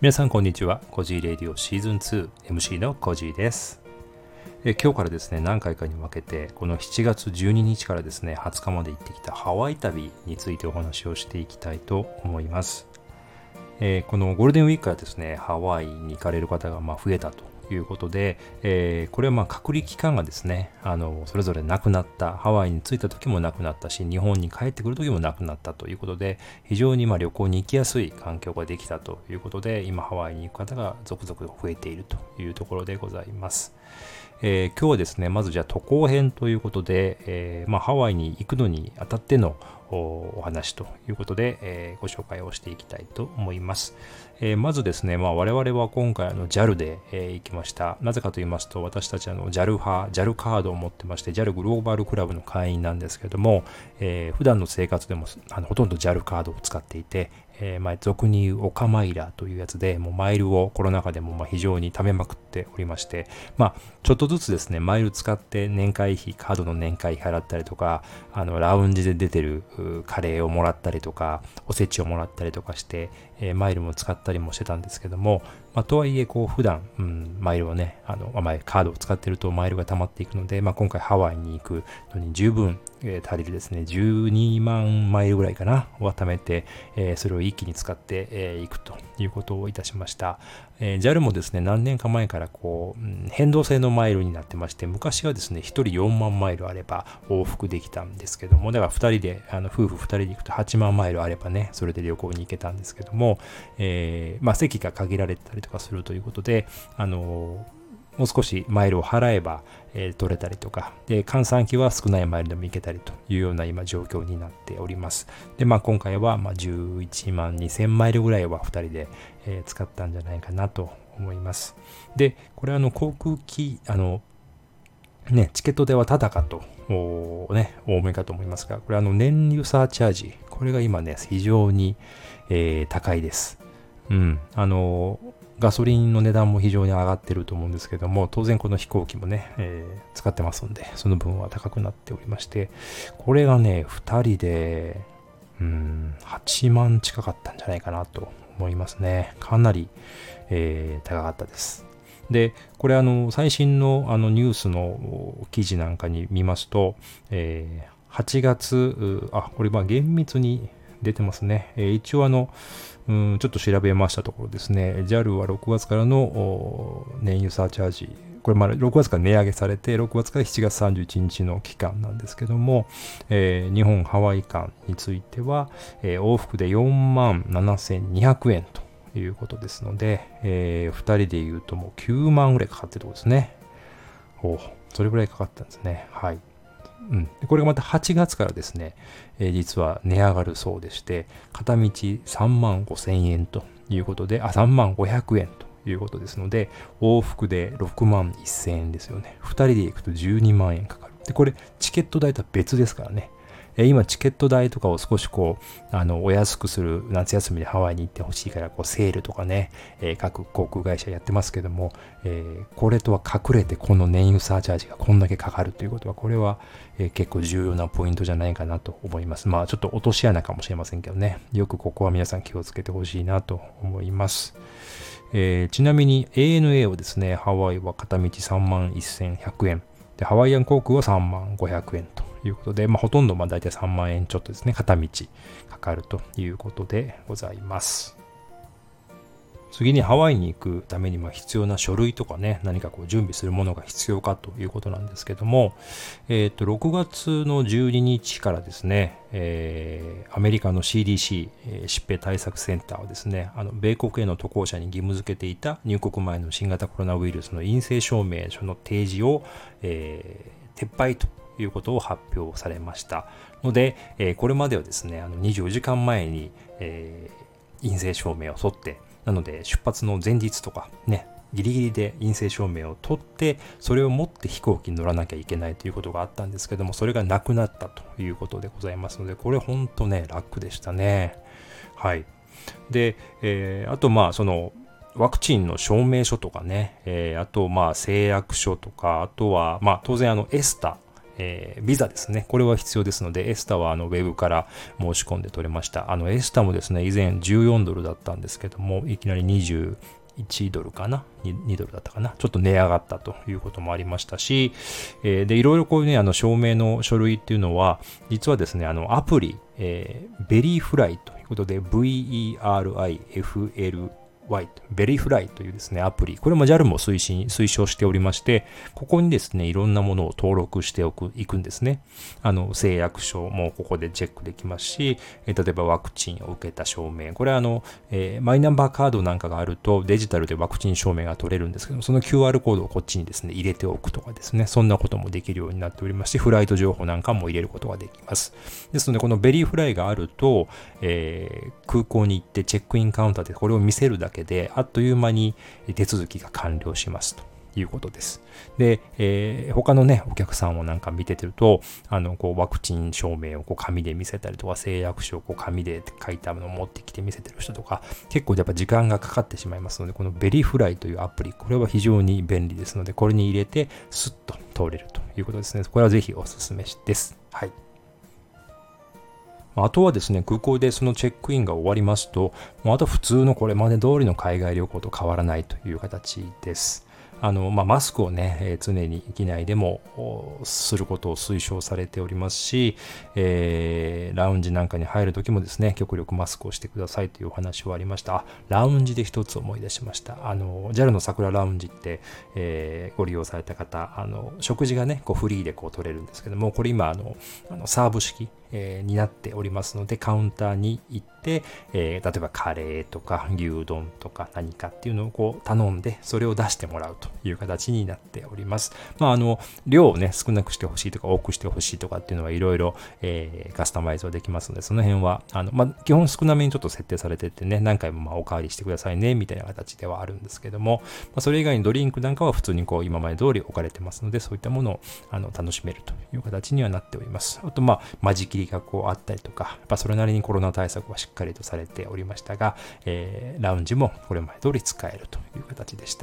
皆さんこんにちは。コジーレディオシーズン 2MC のコジーです。今日からですね、何回かに分けてこの7月12日からですね、20日まで行ってきたハワイ旅についてお話をしていきたいと思います。このゴールデンウィークからですね、ハワイに行かれる方が増えたということで、これは隔離期間がですね、それぞれなくなった、ハワイに着いた時もなくなったし、日本に帰ってくる時もなくなったということで、非常に旅行に行きやすい環境ができたということで、今ハワイに行く方が続々と増えているというところでございます。今日はですね、まずじゃあ渡航編ということで、ハワイに行くのにあたってのお話ということで、ご紹介をしていきたいと思います。まずですね、我々は今回JAL で、行きました。なぜかと言いますと、私たちJAL 派、JAL カードを持ってまして、JAL グローバルクラブの会員なんですけれども、普段の生活でもほとんど JAL カードを使っていて、俗に言うオカマイラというやつで、もうマイルをコロナ禍でも非常に貯めまくっておりまして、ちょっとずつですね、マイル使って年会費、カードの年会費払ったりとか、ラウンジで出てるカレーをもらったりとか、おせちをもらったりとかして、マイルも使ったりもしてたんですけども、とはいえ普段、マイルをね、カードを使ってるとマイルが溜まっていくので、今回ハワイに行くのに十分、足りるですね、12万マイルぐらいかなは貯めて、それを一気に使っていくということをいたしました。JAL もですね、何年か前から変動制のマイルになってまして、昔はですね、1人4万マイルあれば往復できたんですけども、だから2人で、夫婦2人で行くと8万マイルあればね、それで旅行に行けたんですけども、席が限られてたりとかするということで、もう少しマイルを払えば、取れたりとか、で、換算期は少ないマイルでも行けたりというような今状況になっております。で、今回は11万2000マイルぐらいは2人で、使ったんじゃないかなと思います。で、これ航空機、チケット代はただかと、お思いかと思いますが、これ燃油サーチャージ、これが今ね、非常に、高いです。ガソリンの値段も非常に上がってると思うんですけども、当然この飛行機もね、使ってますんで、その分は高くなっておりまして、これがね、2人で、8万近かったんじゃないかなと思いますね。かなり、高かったです。で、これ最新のニュースの記事なんかに見ますと、8月、これ厳密に出てますね。一応ちょっと調べましたところですね、JAL は6月からの燃油サーチャージ、これ6月から値上げされて、6月から7月31日の期間なんですけども、日本ハワイ間については、往復で4万7200円ということですので、2人で言うともう9万ぐらいかかってるところですね。それぐらいかかったんですね。はい。これがまた8月からですね、実は値上がるそうでして、片道3万5千円ということで、3万500円ということですので、往復で6万1千円ですよね。2人で行くと12万円かかる。で、これチケット代とは別ですからね。今チケット代とかを少しお安くする、夏休みでハワイに行ってほしいからセールとかね、各航空会社やってますけども、これとは隠れてこの燃油サーチャージがこんだけかかるということは、これは、結構重要なポイントじゃないかなと思います。ちょっと落とし穴かもしれませんけどね、よくここは皆さん気をつけてほしいなと思います。ちなみに ANA はですね、ハワイは片道3万1100円で、ハワイアン航空は3万500円ということで、ほとんど大体3万円ちょっとですね、片道かかるということでございます。次にハワイに行くために必要な書類とかね、何か準備するものが必要かということなんですけども、6月の12日からですね、アメリカの CDC、疾病対策センターはですね、米国への渡航者に義務付けていた入国前の新型コロナウイルスの陰性証明書の提示を、撤廃ということを発表されましたので、これまではですね、24時間前に、陰性証明を取って、なので出発の前日とかね、ギリギリで陰性証明を取って、それを持って飛行機に乗らなきゃいけないということがあったんですけども、それがなくなったということでございますので、これ本当ね、楽でしたね。はい。で、あとそのワクチンの証明書とかね、あと製薬書とか、あとは当然エスタビザですね。これは必要ですので、エスタはウェブから申し込んで取れました。エスタもですね、以前14ドルだったんですけども、いきなり21ドルかな 2, ドルだったかな、ちょっと値上がったということもありましたし、でいろいろこういうね証明の書類っていうのは実はですねアプリ、ベリーフライということで VERIFLYベリーフライというですね、アプリ。これも JAL も推奨しておりまして、ここにですね、いろんなものを登録していくんですね。誓約書もここでチェックできますし、例えばワクチンを受けた証明。これはマイナンバーカードなんかがあるとデジタルでワクチン証明が取れるんですけども、その QR コードをこっちにですね、入れておくとかですね、そんなこともできるようになっておりますし、フライト情報なんかも入れることができます。ですので、このベリーフライがあると、空港に行ってチェックインカウンターでこれを見せるだけであっという間に手続きが完了しますということです。で、他のねお客さんをなんか見ててるとこうワクチン証明をこう紙で見せたりとか誓約書をこう紙で書いたものを持ってきて見せてる人とか結構やっぱ時間がかかってしまいますので、このベリーフライというアプリ、これは非常に便利ですので、これに入れてスッと通れるということですね。これはぜひおすすめです。はい。あとはですね、空港でそのチェックインが終わりますと、もうあと普通のこれまで通りの海外旅行と変わらないという形です。マスクをね、常に機内でもすることを推奨されておりますし、ラウンジなんかに入るときもですね、極力マスクをしてくださいというお話はありました。ラウンジで一つ思い出しました。JAL の桜ラウンジって、ご利用された方、食事がね、こうフリーでこう取れるんですけども、これ今サーブ式になっておりますので、カウンターに行って、例えばカレーとか牛丼とか何かっていうのをこう頼んで、それを出してもらうという形になっております。量をね少なくしてほしいとか多くしてほしいとかっていうのはいろいろカスタマイズはできますので、その辺は基本少なめにちょっと設定されててね、何回もおかわりしてくださいねみたいな形ではあるんですけども、それ以外にドリンクなんかは普通にこう今まで通り置かれてますので、そういったものを楽しめるという形にはなっております。あと間仕切りがこうあったりとか、やっぱそれなりにコロナ対策はしっかりとされておりましたが、ラウンジもこれまで通り使えるという形でした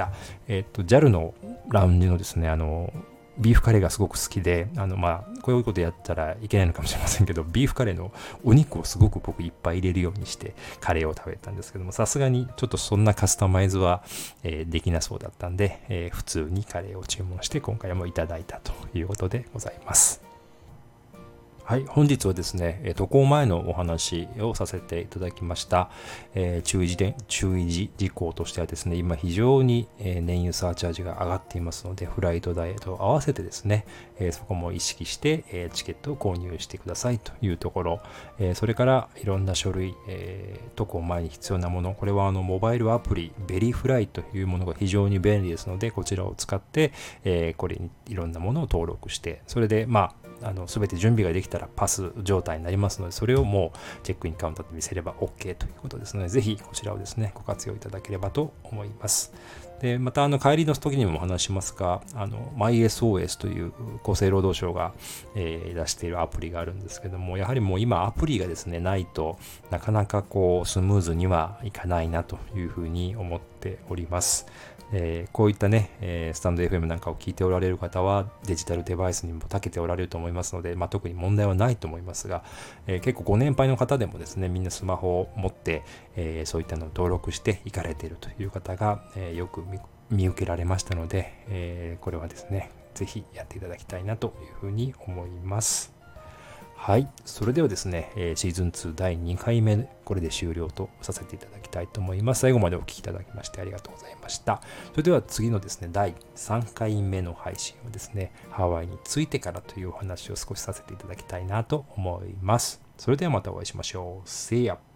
。JAL のラウンジのですね、ビーフカレーがすごく好きで、こういうことやったらいけないのかもしれませんけど、ビーフカレーのお肉をすごく僕いっぱい入れるようにしてカレーを食べたんですけども、さすがにちょっとそんなカスタマイズは、できなそうだったんで、普通にカレーを注文して今回もいただいたということでございます。はい、本日はですね、渡航前のお話をさせていただきました。注意事項としてはですね、今非常に燃油サーチャージが上がっていますので、フライト代と合わせてですね、そこも意識してチケットを購入してくださいというところ、それからいろんな書類、渡航前に必要なもの、これはモバイルアプリ、ベリーフライというものが非常に便利ですので、こちらを使って、これにいろんなものを登録して、それで全て準備ができたらパス状態になりますので、それをもうチェックインカウンターで見せれば OK ということですので、ぜひこちらをですね、ご活用いただければと思います。で、また帰りの時にもお話しますが、MySOS という厚生労働省が、出しているアプリがあるんですけども、やはりもう今アプリがですね、ないとなかなかこうスムーズにはいかないなというふうに思っております。こういったね、スタンド FM なんかを聞いておられる方はデジタルデバイスにも長けておられると思いますので、特に問題はないと思いますが、結構ご年配の方でもですね、みんなスマホを持って、そういったのを登録して行かれているという方が、よく見受けられましたので、これはですね、ぜひやっていただきたいなというふうに思います。はい。それではですね、シーズン2第2回目、これで終了とさせていただきたいと思います。最後までお聞きいただきましてありがとうございました。それでは次のですね、第3回目の配信をですね、ハワイに着いてからというお話を少しさせていただきたいなと思います。それではまたお会いしましょう。See ya!